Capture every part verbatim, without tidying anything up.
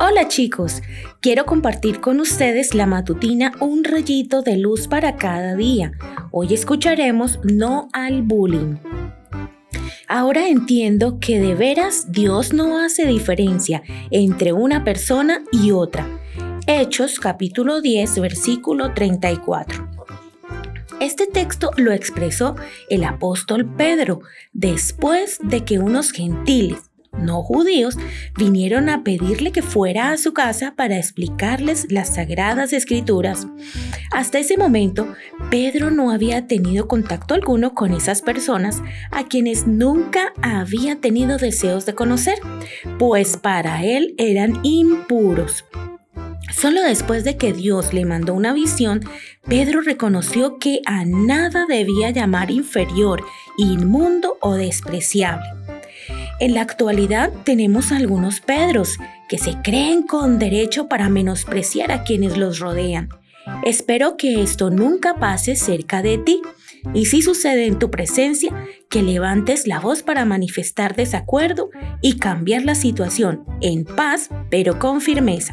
Hola chicos, quiero compartir con ustedes la matutina Un rayito de luz para cada día. Hoy escucharemos No al bullying. Ahora entiendo que de veras Dios no hace diferencia entre una persona y otra. Hechos capítulo diez, versículo treinta y cuatro. Este texto lo expresó el apóstol Pedro después de que unos gentiles, no judíos, vinieron a pedirle que fuera a su casa para explicarles las sagradas escrituras. Hasta ese momento, Pedro no había tenido contacto alguno con esas personas a quienes nunca había tenido deseos de conocer, pues para él eran impuros. Solo después de que Dios le mandó una visión, Pedro reconoció que a nada debía llamar inferior, inmundo o despreciable. En la actualidad tenemos algunos Pedros que se creen con derecho para menospreciar a quienes los rodean. Espero que esto nunca pase cerca de ti y si sucede en tu presencia, que levantes la voz para manifestar desacuerdo y cambiar la situación en paz, pero con firmeza.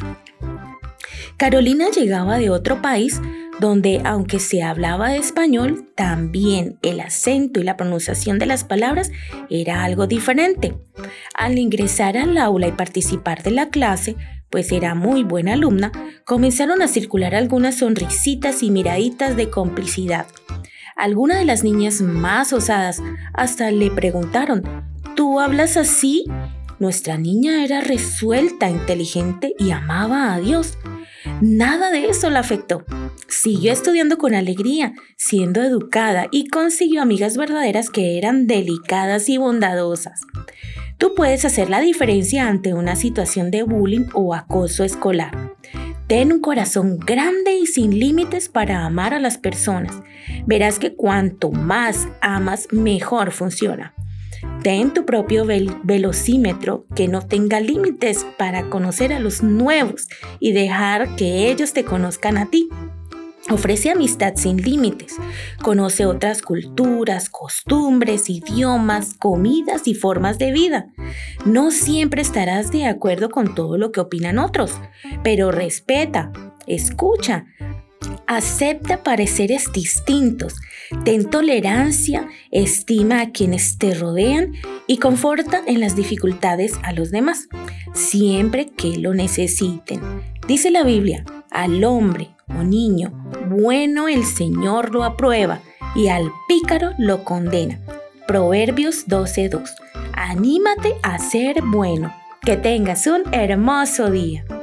Carolina llegaba de otro país donde, aunque se hablaba español, también el acento y la pronunciación de las palabras era algo diferente. Al ingresar al aula y participar de la clase, pues era muy buena alumna, comenzaron a circular algunas sonrisitas y miraditas de complicidad. Algunas de las niñas más osadas hasta le preguntaron: ¿tú hablas así? Nuestra niña era resuelta, inteligente y amaba a Dios. Nada de eso la afectó. Siguió estudiando con alegría, siendo educada y consiguió amigas verdaderas que eran delicadas y bondadosas. Tú puedes hacer la diferencia ante una situación de bullying o acoso escolar. Ten un corazón grande y sin límites para amar a las personas. Verás que cuanto más amas, mejor funciona. Ten tu propio vel- velocímetro que no tenga límites para conocer a los nuevos y dejar que ellos te conozcan a ti. Ofrece amistad sin límites. Conoce otras culturas, costumbres, idiomas, comidas y formas de vida. No siempre estarás de acuerdo con todo lo que opinan otros, pero respeta, escucha, acepta pareceres distintos, ten tolerancia, estima a quienes te rodean y conforta en las dificultades a los demás, siempre que lo necesiten. Dice la Biblia: al hombre o niño bueno el Señor lo aprueba y al pícaro lo condena. Proverbios doce dos. Anímate a ser bueno. Que tengas un hermoso día.